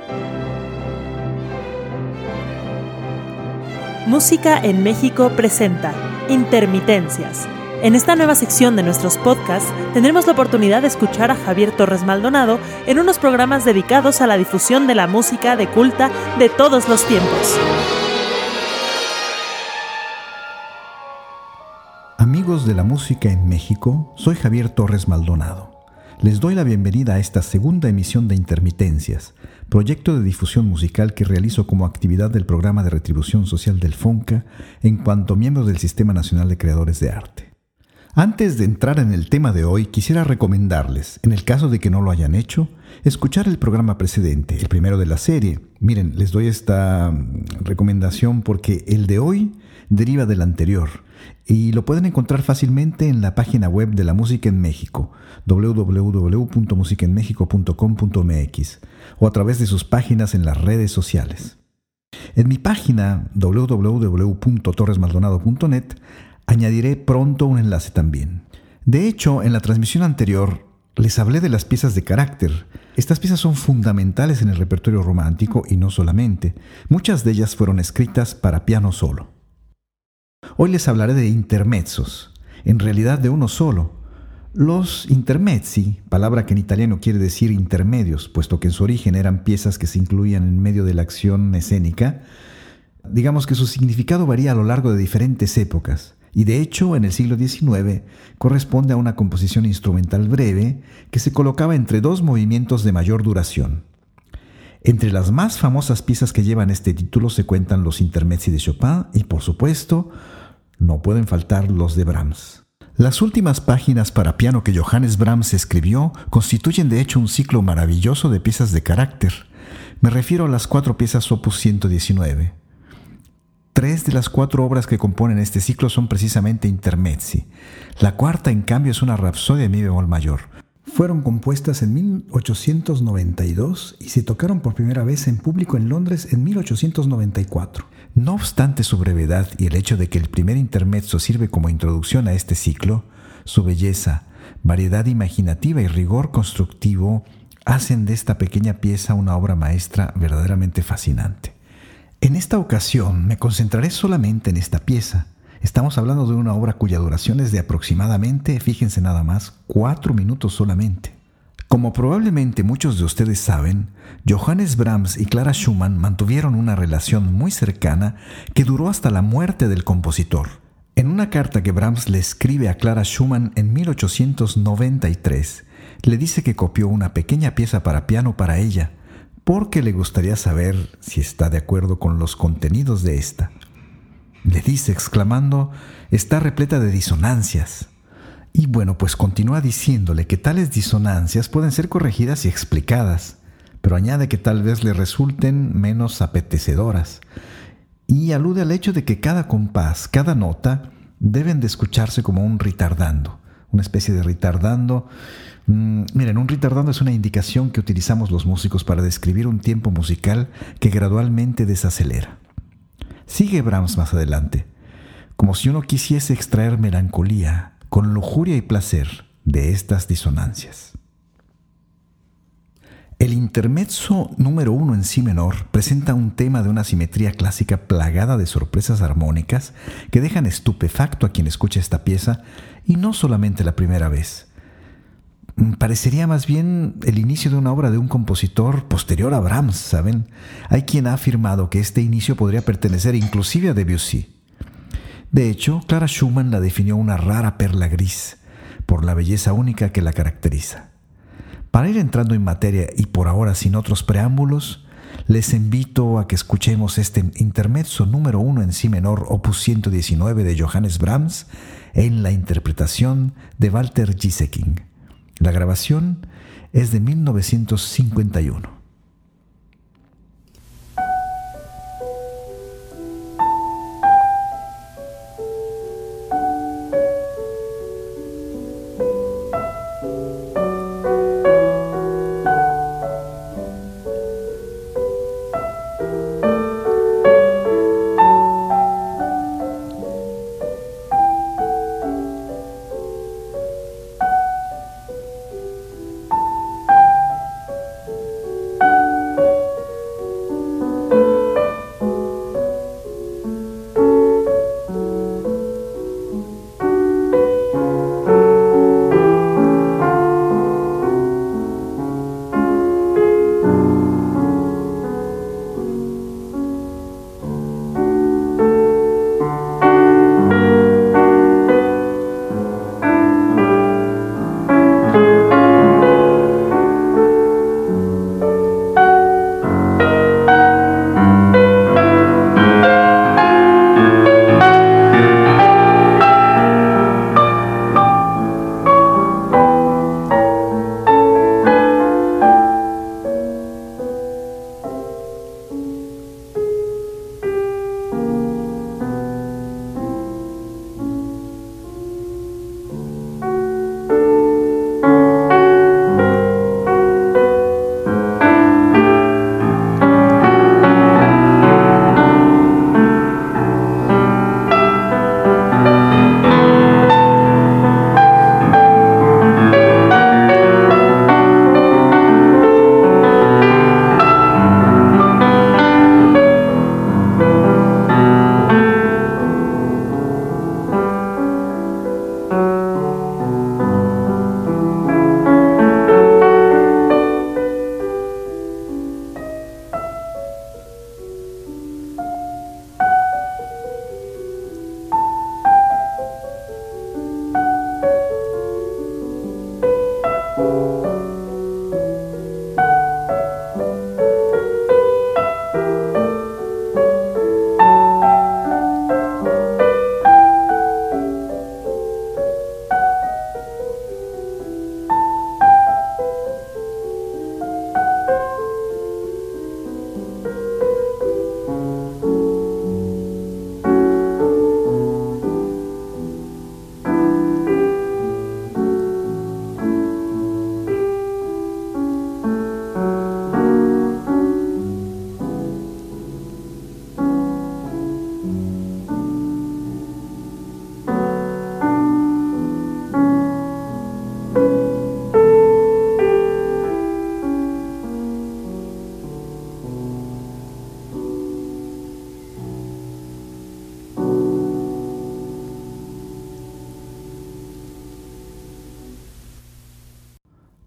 Música en México presenta Intermitencias. En esta nueva sección de nuestros podcasts tendremos la oportunidad de escuchar a Javier Torres Maldonado en unos programas dedicados a la difusión de la música de culta de todos los tiempos. Amigos de la música en México, soy Javier Torres Maldonado. Les doy la bienvenida a esta segunda emisión de Intermitencias, proyecto de difusión musical que realizo como actividad del Programa de Retribución Social del FONCA en cuanto miembro del Sistema Nacional de Creadores de Arte. Antes de entrar en el tema de hoy, quisiera recomendarles, en el caso de que no lo hayan hecho, escuchar el programa precedente, el primero de la serie. Miren, les doy esta recomendación porque el de hoy deriva del anterior y lo pueden encontrar fácilmente en la página web de la Música en México, www.musicaenmexico.com.mx, o a través de sus páginas en las redes sociales. En mi página www.torresmaldonado.net añadiré pronto un enlace también. De hecho, en la transmisión anterior les hablé de las piezas de carácter. Estas piezas son fundamentales en el repertorio romántico y no solamente. Muchas de ellas fueron escritas para piano solo. Hoy les hablaré de intermezzos, en realidad de uno solo. Los intermezzi, palabra que en italiano quiere decir intermedios, puesto que en su origen eran piezas que se incluían en medio de la acción escénica, digamos que su significado varía a lo largo de diferentes épocas, y de hecho en el siglo XIX corresponde a una composición instrumental breve que se colocaba entre dos movimientos de mayor duración. Entre las más famosas piezas que llevan este título se cuentan los intermezzi de Chopin y, por supuesto, no pueden faltar los de Brahms. Las últimas páginas para piano que Johannes Brahms escribió constituyen de hecho un ciclo maravilloso de piezas de carácter. Me refiero a las 4 piezas opus 119. 3 de las 4 obras que componen este ciclo son precisamente intermezzi. La cuarta, en cambio, es una rapsodia en mi bemol mayor. Fueron compuestas en 1892 y se tocaron por primera vez en público en Londres en 1894. No obstante su brevedad y el hecho de que el primer intermezzo sirve como introducción a este ciclo, su belleza, variedad imaginativa y rigor constructivo hacen de esta pequeña pieza una obra maestra verdaderamente fascinante. En esta ocasión me concentraré solamente en esta pieza. Estamos hablando de una obra cuya duración es de aproximadamente, fíjense nada más, 4 minutos solamente. Como probablemente muchos de ustedes saben, Johannes Brahms y Clara Schumann mantuvieron una relación muy cercana que duró hasta la muerte del compositor. En una carta que Brahms le escribe a Clara Schumann en 1893, le dice que copió una pequeña pieza para piano para ella, porque le gustaría saber si está de acuerdo con los contenidos de esta. Le dice exclamando, está repleta de disonancias. Y bueno, pues continúa diciéndole que tales disonancias pueden ser corregidas y explicadas, pero añade que tal vez le resulten menos apetecedoras. Y alude al hecho de que cada compás, cada nota, deben de escucharse como un ritardando, una especie de ritardando. Miren, un ritardando es una indicación que utilizamos los músicos para describir un tiempo musical que gradualmente desacelera. Sigue Brahms más adelante, como si uno quisiese extraer melancolía, con lujuria y placer de estas disonancias. El intermezzo número 1 en si menor presenta un tema de una simetría clásica plagada de sorpresas armónicas que dejan estupefacto a quien escucha esta pieza, y no solamente la primera vez. Parecería más bien el inicio de una obra de un compositor posterior a Brahms, ¿saben? Hay quien ha afirmado que este inicio podría pertenecer inclusive a Debussy. De hecho, Clara Schumann la definió una rara perla gris, por la belleza única que la caracteriza. Para ir entrando en materia y por ahora sin otros preámbulos, les invito a que escuchemos este intermezzo número 1 en si menor, opus 119 de Johannes Brahms, en la interpretación de Walter Gieseking. La grabación es de 1951.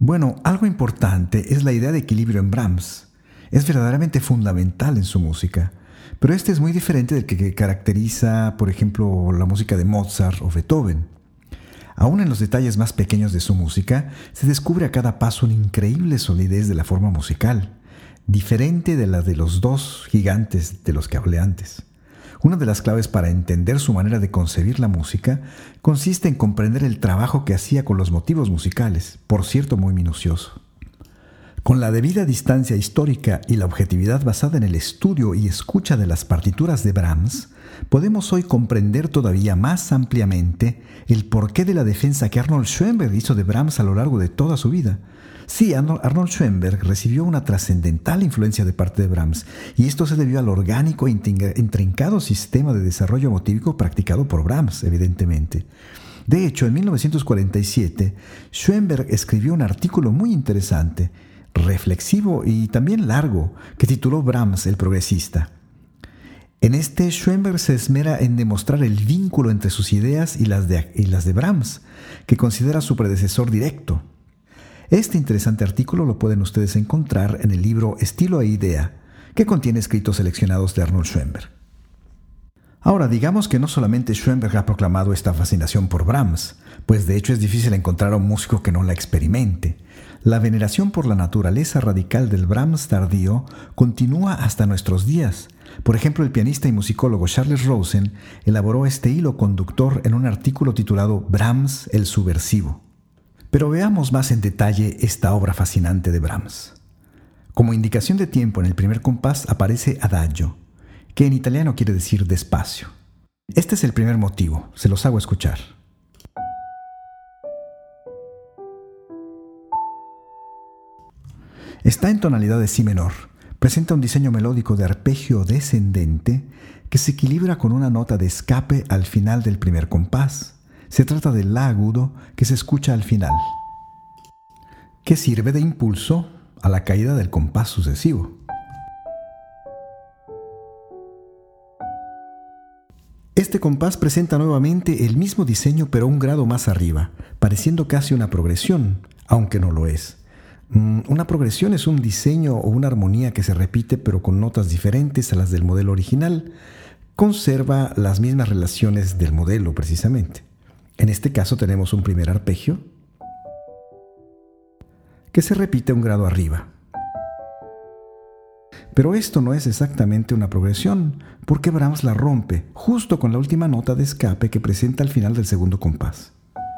Bueno, algo importante es la idea de equilibrio en Brahms. Es verdaderamente fundamental en su música, pero este es muy diferente del que caracteriza, por ejemplo, la música de Mozart o Beethoven. Aún en los detalles más pequeños de su música, se descubre a cada paso una increíble solidez de la forma musical, diferente de la de los dos gigantes de los que hablé antes. Una de las claves para entender su manera de concebir la música consiste en comprender el trabajo que hacía con los motivos musicales, por cierto muy minucioso. Con la debida distancia histórica y la objetividad basada en el estudio y escucha de las partituras de Brahms, podemos hoy comprender todavía más ampliamente el porqué de la defensa que Arnold Schoenberg hizo de Brahms a lo largo de toda su vida. Sí, Arnold Schoenberg recibió una trascendental influencia de parte de Brahms, y esto se debió al orgánico e intrincado sistema de desarrollo motívico practicado por Brahms, evidentemente. De hecho, en 1947, Schoenberg escribió un artículo muy interesante, reflexivo y también largo, que tituló Brahms el progresista. En este, Schoenberg se esmera en demostrar el vínculo entre sus ideas y las de Brahms, que considera su predecesor directo. Este interesante artículo lo pueden ustedes encontrar en el libro Estilo e Idea, que contiene escritos seleccionados de Arnold Schoenberg. Ahora, digamos que no solamente Schoenberg ha proclamado esta fascinación por Brahms, pues de hecho es difícil encontrar a un músico que no la experimente. La veneración por la naturaleza radical del Brahms tardío continúa hasta nuestros días. Por ejemplo, el pianista y musicólogo Charles Rosen elaboró este hilo conductor en un artículo titulado Brahms el subversivo. Pero veamos más en detalle esta obra fascinante de Brahms. Como indicación de tiempo en el primer compás aparece adagio, que en italiano quiere decir despacio. Este es el primer motivo, se los hago escuchar. Está en tonalidad de si menor, presenta un diseño melódico de arpegio descendente que se equilibra con una nota de escape al final del primer compás. Se trata del la agudo que se escucha al final, que sirve de impulso a la caída del compás sucesivo. Este compás presenta nuevamente el mismo diseño pero un grado más arriba, pareciendo casi una progresión, aunque no lo es. Una progresión es un diseño o una armonía que se repite pero con notas diferentes a las del modelo original. Conserva las mismas relaciones del modelo precisamente. En este caso tenemos un primer arpegio que se repite un grado arriba. Pero esto no es exactamente una progresión, porque Brahms la rompe justo con la última nota de escape que presenta al final del segundo compás.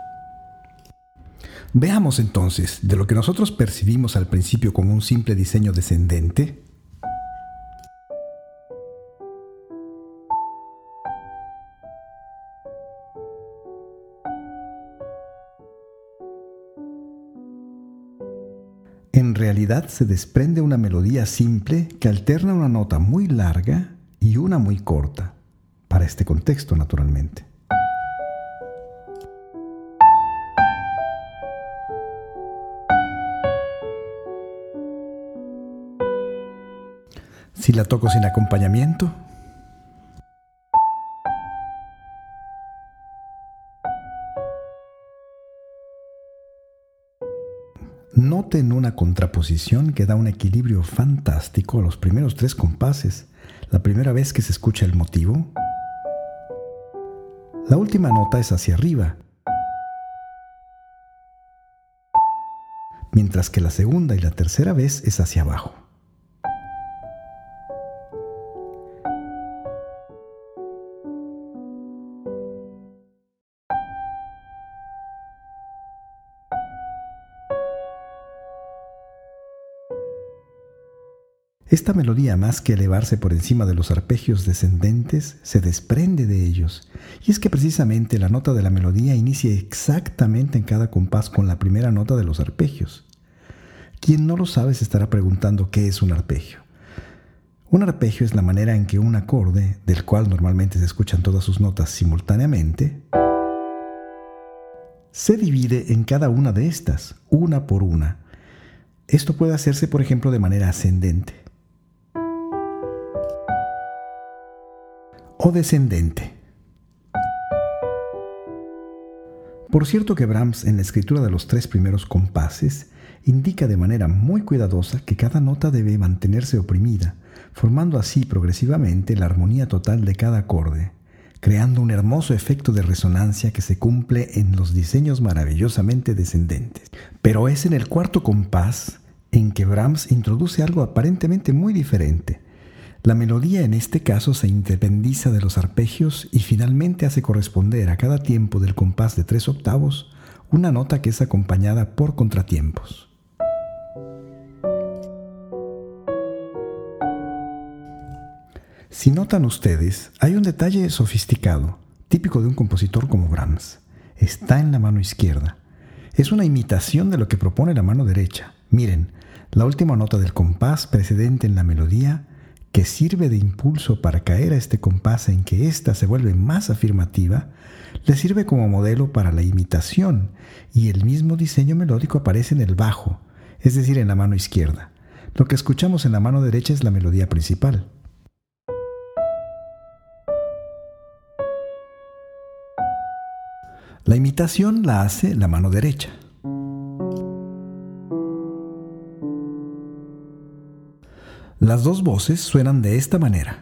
Veamos entonces, de lo que nosotros percibimos al principio como un simple diseño descendente, en realidad se desprende una melodía simple que alterna una nota muy larga y una muy corta, para este contexto naturalmente. Si la toco sin acompañamiento, noten una contraposición que da un equilibrio fantástico a los primeros tres compases. La primera vez que se escucha el motivo, la última nota es hacia arriba, mientras que la segunda y la tercera vez es hacia abajo. Esta melodía, más que elevarse por encima de los arpegios descendentes, se desprende de ellos. Y es que precisamente la nota de la melodía inicia exactamente en cada compás con la primera nota de los arpegios. Quien no lo sabe se estará preguntando qué es un arpegio. Un arpegio es la manera en que un acorde, del cual normalmente se escuchan todas sus notas simultáneamente, se divide en cada una de estas, una por una. Esto puede hacerse, por ejemplo, de manera ascendente o descendente. Por cierto que Brahms, en la escritura de los tres primeros compases, indica de manera muy cuidadosa que cada nota debe mantenerse oprimida, formando así progresivamente la armonía total de cada acorde, creando un hermoso efecto de resonancia que se cumple en los diseños maravillosamente descendentes. Pero es en el cuarto compás en que Brahms introduce algo aparentemente muy diferente. La melodía en este caso se independiza de los arpegios y finalmente hace corresponder a cada tiempo del compás de 3 octavos una nota que es acompañada por contratiempos. Si notan ustedes, hay un detalle sofisticado, típico de un compositor como Brahms. Está en la mano izquierda. Es una imitación de lo que propone la mano derecha. Miren, la última nota del compás precedente en la melodía, que sirve de impulso para caer a este compás en que ésta se vuelve más afirmativa, le sirve como modelo para la imitación, y el mismo diseño melódico aparece en el bajo, es decir, en la mano izquierda. Lo que escuchamos en la mano derecha es la melodía principal. La imitación la hace la mano derecha. Las dos voces suenan de esta manera.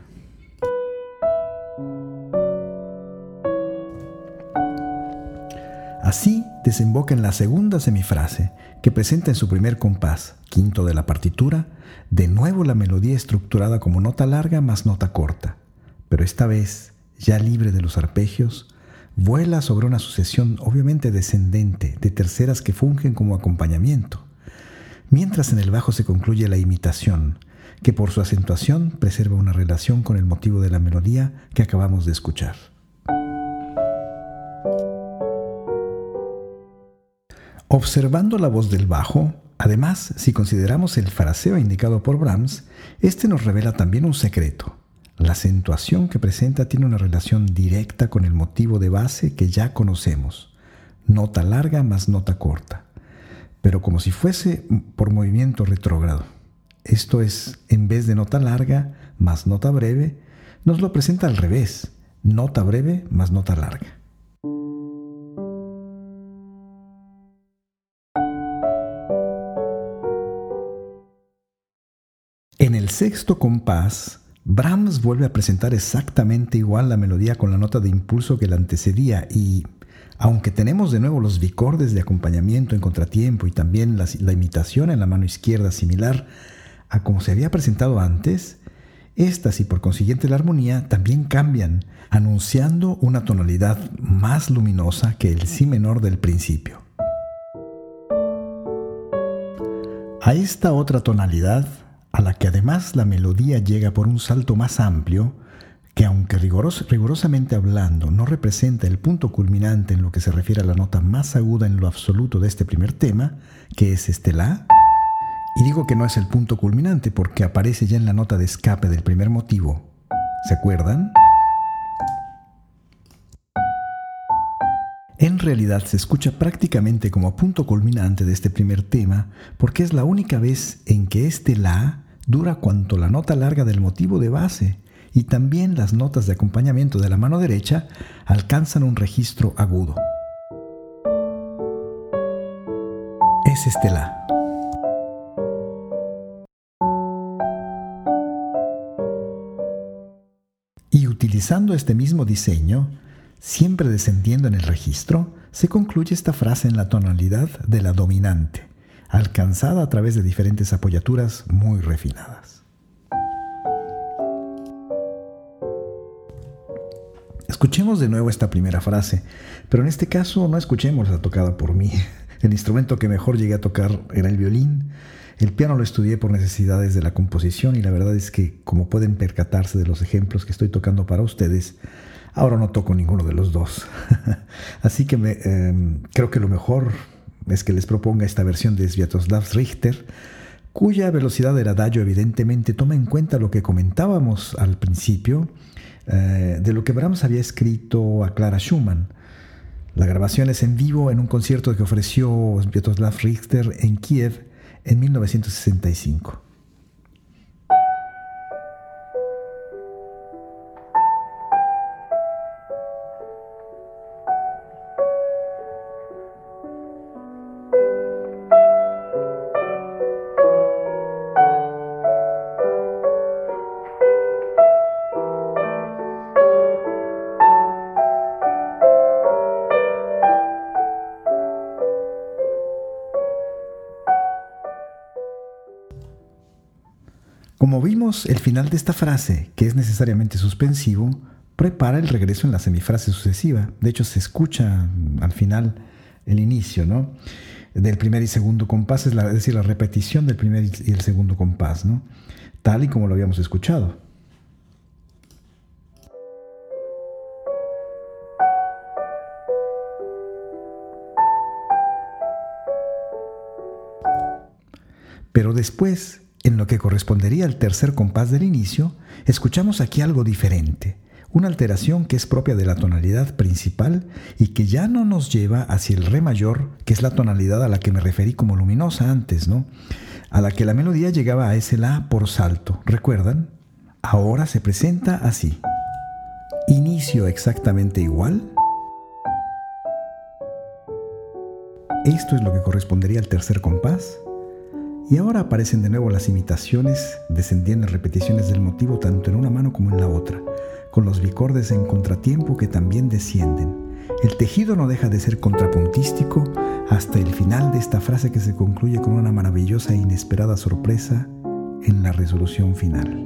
Así desemboca en la segunda semifrase, que presenta en su primer compás, quinto de la partitura, de nuevo la melodía estructurada como nota larga más nota corta, pero esta vez, ya libre de los arpegios, vuela sobre una sucesión obviamente descendente de terceras que fungen como acompañamiento, mientras en el bajo se concluye la imitación, que por su acentuación preserva una relación con el motivo de la melodía que acabamos de escuchar. Observando la voz del bajo, además, si consideramos el fraseo indicado por Brahms, este nos revela también un secreto. La acentuación que presenta tiene una relación directa con el motivo de base que ya conocemos, nota larga más nota corta, pero como si fuese por movimiento retrógrado. Esto es, en vez de nota larga más nota breve, nos lo presenta al revés, nota breve más nota larga. En el sexto compás, Brahms vuelve a presentar exactamente igual la melodía con la nota de impulso que la antecedía y, aunque tenemos de nuevo los bicordes de acompañamiento en contratiempo y también la imitación en la mano izquierda similar a como se había presentado antes, estas y por consiguiente la armonía también cambian, anunciando una tonalidad más luminosa que el si menor del principio. A esta otra tonalidad, a la que además la melodía llega por un salto más amplio, que aunque rigurosamente hablando no representa el punto culminante en lo que se refiere a la nota más aguda en lo absoluto de este primer tema, que es este La, y digo que no es el punto culminante porque aparece ya en la nota de escape del primer motivo, ¿se acuerdan? En realidad se escucha prácticamente como punto culminante de este primer tema porque es la única vez en que este La dura cuanto la nota larga del motivo de base y también las notas de acompañamiento de la mano derecha alcanzan un registro agudo. Es este La. Y utilizando este mismo diseño, siempre descendiendo en el registro, se concluye esta frase en la tonalidad de la dominante, alcanzada a través de diferentes apoyaturas muy refinadas. Escuchemos de nuevo esta primera frase, pero en este caso no escuchemos la tocada por mí. El instrumento que mejor llegué a tocar era el violín. El piano lo estudié por necesidades de la composición y la verdad es que, como pueden percatarse de los ejemplos que estoy tocando para ustedes, ahora no toco ninguno de los dos. Así que creo que lo mejor es que les proponga esta versión de Sviatoslav Richter, cuya velocidad del adagio evidentemente toma en cuenta lo que comentábamos al principio de lo que Brahms había escrito a Clara Schumann. La grabación es en vivo en un concierto que ofreció Sviatoslav Richter en Kiev en 1965. Como vimos, el final de esta frase, que es necesariamente suspensivo, prepara el regreso en la semifrase sucesiva. De hecho, se escucha al final el inicio, ¿no?, del primer y segundo compás, es decir, la repetición del primer y el segundo compás, ¿no?, tal y como lo habíamos escuchado. Pero después, en lo que correspondería al tercer compás del inicio, escuchamos aquí algo diferente, una alteración que es propia de la tonalidad principal y que ya no nos lleva hacia el re mayor, que es la tonalidad a la que me referí como luminosa antes, ¿no?, a la que la melodía llegaba a ese la por salto. ¿Recuerdan? Ahora se presenta así. Inicio exactamente igual. Esto es lo que correspondería al tercer compás. Y ahora aparecen de nuevo las imitaciones, descendiendo en repeticiones del motivo tanto en una mano como en la otra, con los bicordes en contratiempo que también descienden. El tejido no deja de ser contrapuntístico hasta el final de esta frase, que se concluye con una maravillosa e inesperada sorpresa en la resolución final.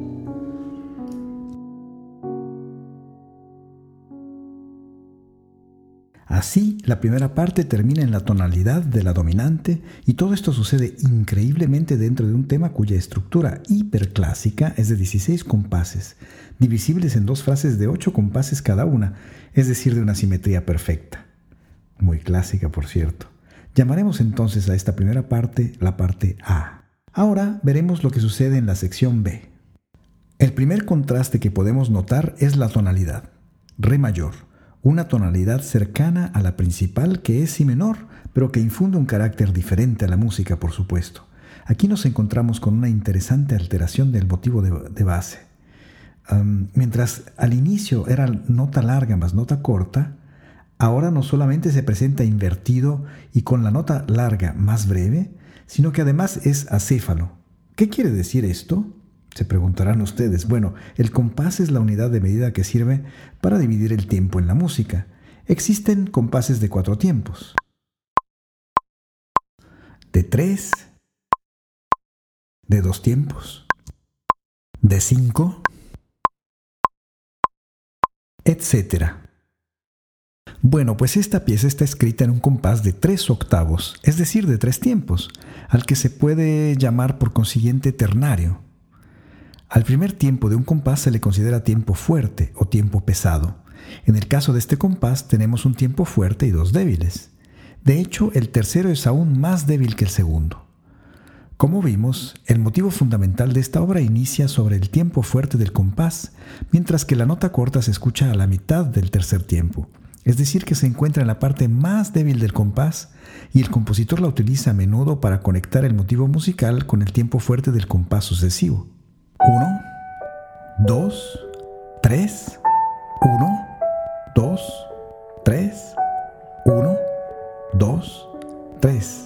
Así, la primera parte termina en la tonalidad de la dominante y todo esto sucede increíblemente dentro de un tema cuya estructura hiperclásica es de 16 compases, divisibles en dos frases de 8 compases cada una, es decir, de una simetría perfecta. Muy clásica, por cierto. Llamaremos entonces a esta primera parte la parte A. Ahora veremos lo que sucede en la sección B. El primer contraste que podemos notar es la tonalidad, re mayor. Una tonalidad cercana a la principal, que es si menor, pero que infunde un carácter diferente a la música, por supuesto. Aquí nos encontramos con una interesante alteración del motivo de base. Mientras al inicio era nota larga más nota corta, ahora no solamente se presenta invertido y con la nota larga más breve, sino que además es acéfalo. ¿Qué quiere decir esto?, se preguntarán ustedes. Bueno, el compás es la unidad de medida que sirve para dividir el tiempo en la música. Existen compases de 4 tiempos, de 3, de 2 tiempos, de 5, etc. Bueno, pues esta pieza está escrita en un compás de 3 octavos, es decir, de 3 tiempos, al que se puede llamar por consiguiente ternario. Al primer tiempo de un compás se le considera tiempo fuerte o tiempo pesado. En el caso de este compás tenemos un tiempo fuerte y 2 débiles. De hecho, el tercero es aún más débil que el segundo. Como vimos, el motivo fundamental de esta obra inicia sobre el tiempo fuerte del compás, mientras que la nota corta se escucha a la mitad del tercer tiempo, es decir, que se encuentra en la parte más débil del compás, y el compositor la utiliza a menudo para conectar el motivo musical con el tiempo fuerte del compás sucesivo. 1, 2, 3, 1, 2, 3, 1, 2, 3.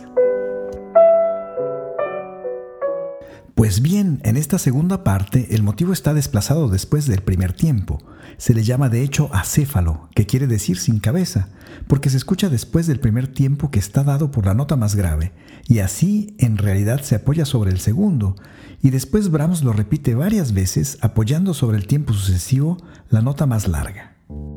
Pues bien, en esta segunda parte el motivo está desplazado después del primer tiempo. Se le llama de hecho acéfalo, que quiere decir sin cabeza, porque se escucha después del primer tiempo que está dado por la nota más grave, y así en realidad se apoya sobre el segundo, y después Brahms lo repite varias veces apoyando sobre el tiempo sucesivo la nota más larga.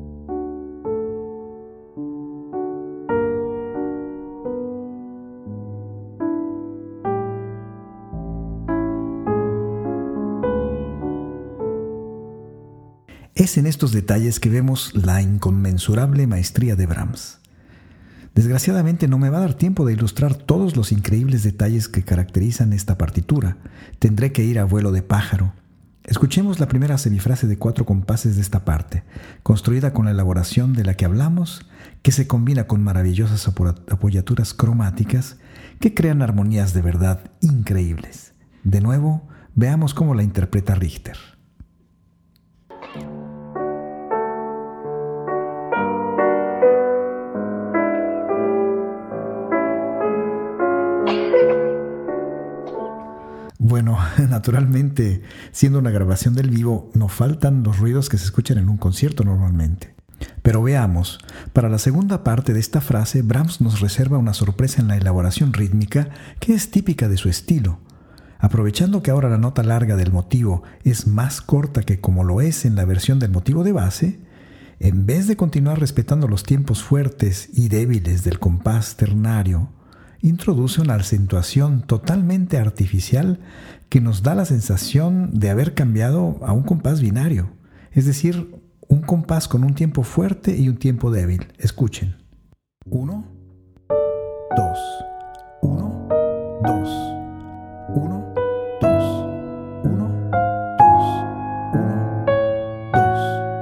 Es en estos detalles que vemos la inconmensurable maestría de Brahms. Desgraciadamente no me va a dar tiempo de ilustrar todos los increíbles detalles que caracterizan esta partitura. Tendré que ir a vuelo de pájaro. Escuchemos la primera semifrase de 4 compases de esta parte, construida con la elaboración de la que hablamos, que se combina con maravillosas apoyaturas cromáticas que crean armonías de verdad increíbles. De nuevo, veamos cómo la interpreta Richter. Bueno, naturalmente, siendo una grabación del vivo, no faltan los ruidos que se escuchan en un concierto normalmente. Pero veamos, para la segunda parte de esta frase, Brahms nos reserva una sorpresa en la elaboración rítmica que es típica de su estilo. Aprovechando que ahora la nota larga del motivo es más corta que como lo es en la versión del motivo de base, en vez de continuar respetando los tiempos fuertes y débiles del compás ternario, introduce una acentuación totalmente artificial que nos da la sensación de haber cambiado a un compás binario, es decir, un compás con un tiempo fuerte y un tiempo débil. Escuchen. 1, 2, 1, 2, 1, 2, 1, 2, 1, 2.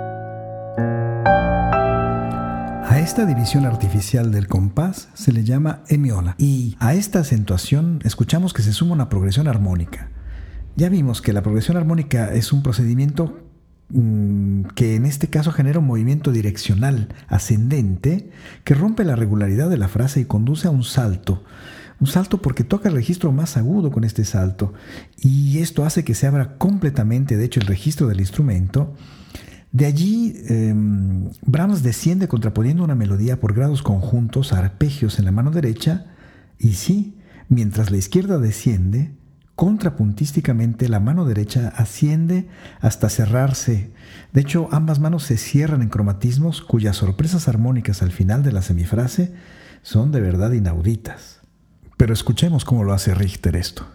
A esta división artificial del compás se le llama hemiola, y a esta acentuación escuchamos que se suma una progresión armónica. Ya vimos que la progresión armónica es un procedimiento que en este caso genera un movimiento direccional ascendente que rompe la regularidad de la frase y conduce a un salto. Un salto porque toca el registro más agudo con este salto, y esto hace que se abra completamente, de hecho, el registro del instrumento. De allí, Brahms desciende contraponiendo una melodía por grados conjuntos a arpegios en la mano derecha, y sí, mientras la izquierda desciende, contrapuntísticamente la mano derecha asciende hasta cerrarse. De hecho, ambas manos se cierran en cromatismos cuyas sorpresas armónicas al final de la semifrase son de verdad inauditas. Pero escuchemos cómo lo hace Richter esto.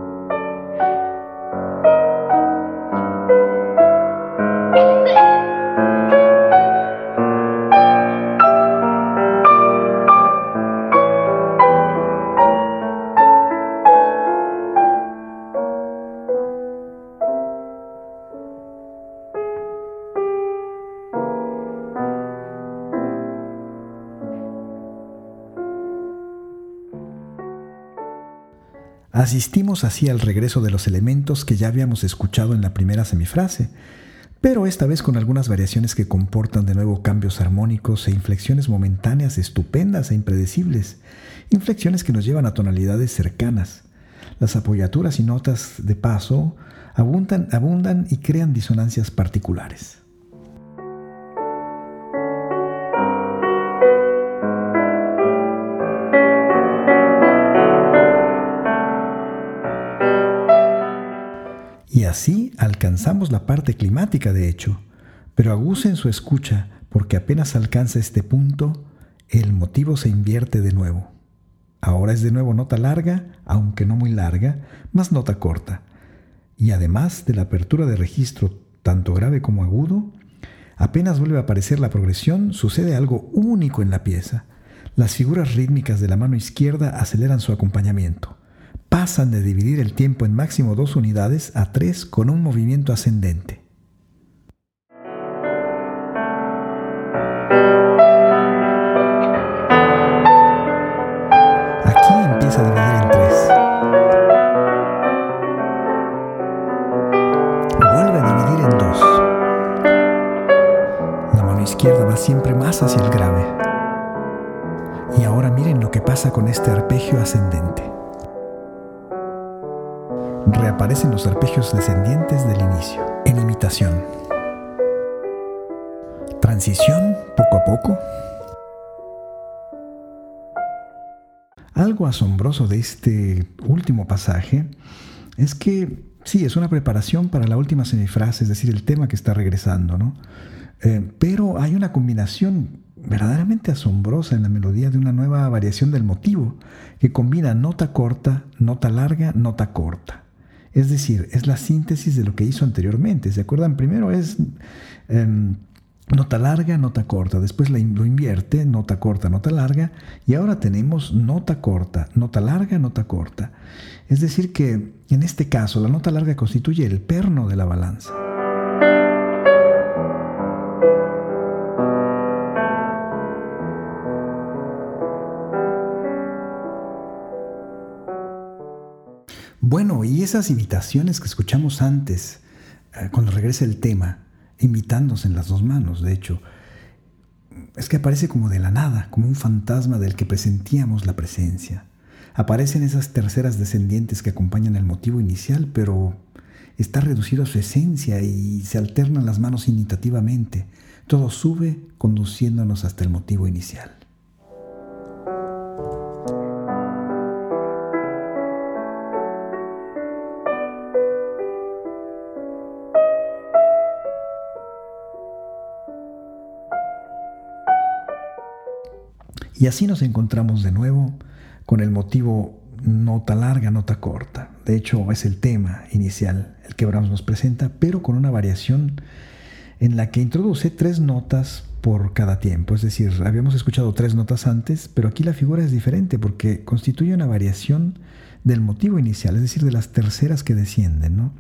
Asistimos así al regreso de los elementos que ya habíamos escuchado en la primera semifrase, pero esta vez con algunas variaciones que comportan de nuevo cambios armónicos e inflexiones momentáneas estupendas e impredecibles, inflexiones que nos llevan a tonalidades cercanas. Las apoyaturas y notas de paso abundan y crean disonancias particulares. Y así alcanzamos la parte climática, de hecho, pero agucen su escucha, porque apenas alcanza este punto, el motivo se invierte de nuevo. Ahora es de nuevo nota larga, aunque no muy larga, más nota corta. Y además de la apertura de registro, tanto grave como agudo, apenas vuelve a aparecer la progresión, sucede algo único en la pieza. Las figuras rítmicas de la mano izquierda aceleran su acompañamiento. Pasan de dividir el tiempo en máximo 2 unidades a 3 con un movimiento ascendente. Aquí empieza a dividir en 3. Vuelve a dividir en 2. La mano izquierda va siempre más hacia el grave. Y ahora miren lo que pasa con este arpegio ascendente. Reaparecen los arpegios descendientes del inicio, en imitación. Transición, poco a poco. Algo asombroso de este último pasaje es que, sí, es una preparación para la última semifrase, es decir, el tema que está regresando, ¿no? Pero hay una combinación verdaderamente asombrosa en la melodía de una nueva variación del motivo que combina nota corta, nota larga, nota corta. Es decir, es la síntesis de lo que hizo anteriormente. ¿Se acuerdan? Primero es nota larga, nota corta. Después lo invierte, nota corta, nota larga. Y ahora tenemos nota corta, nota larga, nota corta. Es decir que, en este caso, la nota larga constituye el perno de la balanza. Bueno, y esas imitaciones que escuchamos antes, cuando regresa el tema, imitándose en las dos manos, de hecho, es que aparece como de la nada, como un fantasma del que presentíamos la presencia. Aparecen esas terceras descendientes que acompañan el motivo inicial, pero está reducido a su esencia y se alternan las manos imitativamente. Todo sube conduciéndonos hasta el motivo inicial. Y así nos encontramos de nuevo con el motivo nota larga, nota corta. De hecho, es el tema inicial el que Brahms nos presenta, pero con una variación en la que introduce 3 notas por cada tiempo. Es decir, habíamos escuchado 3 notas antes, pero aquí la figura es diferente porque constituye una variación del motivo inicial, es decir, de las terceras que descienden, ¿no?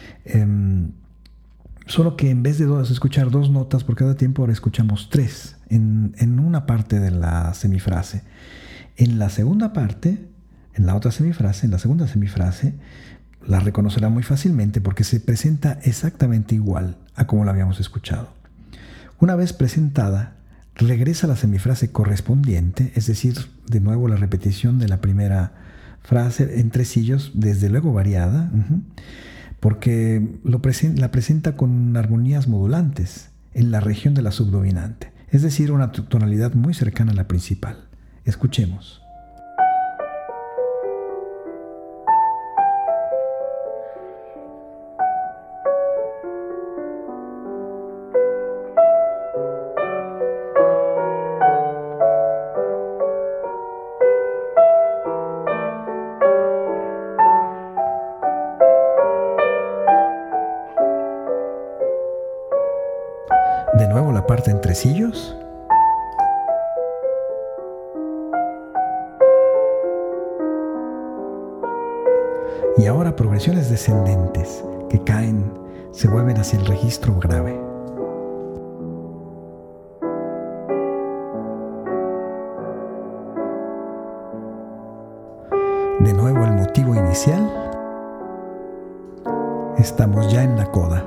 Solo que en vez de escuchar 2 notas por cada tiempo, ahora escuchamos 3 en una parte de la semifrase. En la segunda parte, en la otra semifrase, en la segunda semifrase, la reconocerá muy fácilmente porque se presenta exactamente igual a como la habíamos escuchado. Una vez presentada, regresa a la semifrase correspondiente, es decir, de nuevo la repetición de la primera frase en tresillos, desde luego variada, porque la presenta con armonías modulantes en la región de la subdominante, es decir, una tonalidad muy cercana a la principal. Escuchemos. De nuevo la parte en tresillos. Y ahora progresiones descendentes que caen, se vuelven hacia el registro grave. De nuevo el motivo inicial. Estamos ya en la coda.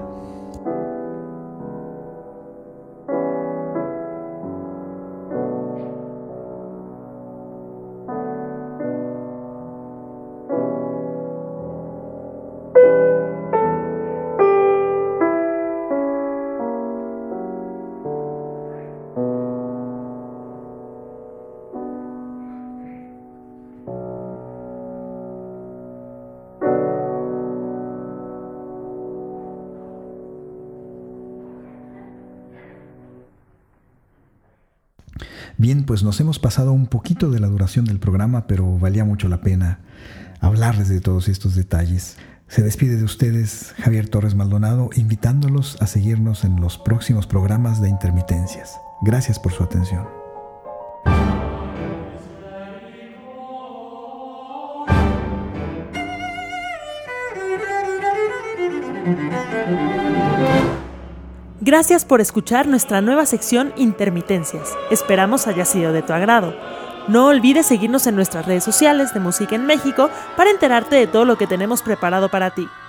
Bien, pues nos hemos pasado un poquito de la duración del programa, pero valía mucho la pena hablarles de todos estos detalles. Se despide de ustedes Javier Torres Maldonado, invitándolos a seguirnos en los próximos programas de Intermitencias. Gracias por su atención. Gracias por escuchar nuestra nueva sección Intermitencias. Esperamos haya sido de tu agrado. No olvides seguirnos en nuestras redes sociales de Música en México para enterarte de todo lo que tenemos preparado para ti.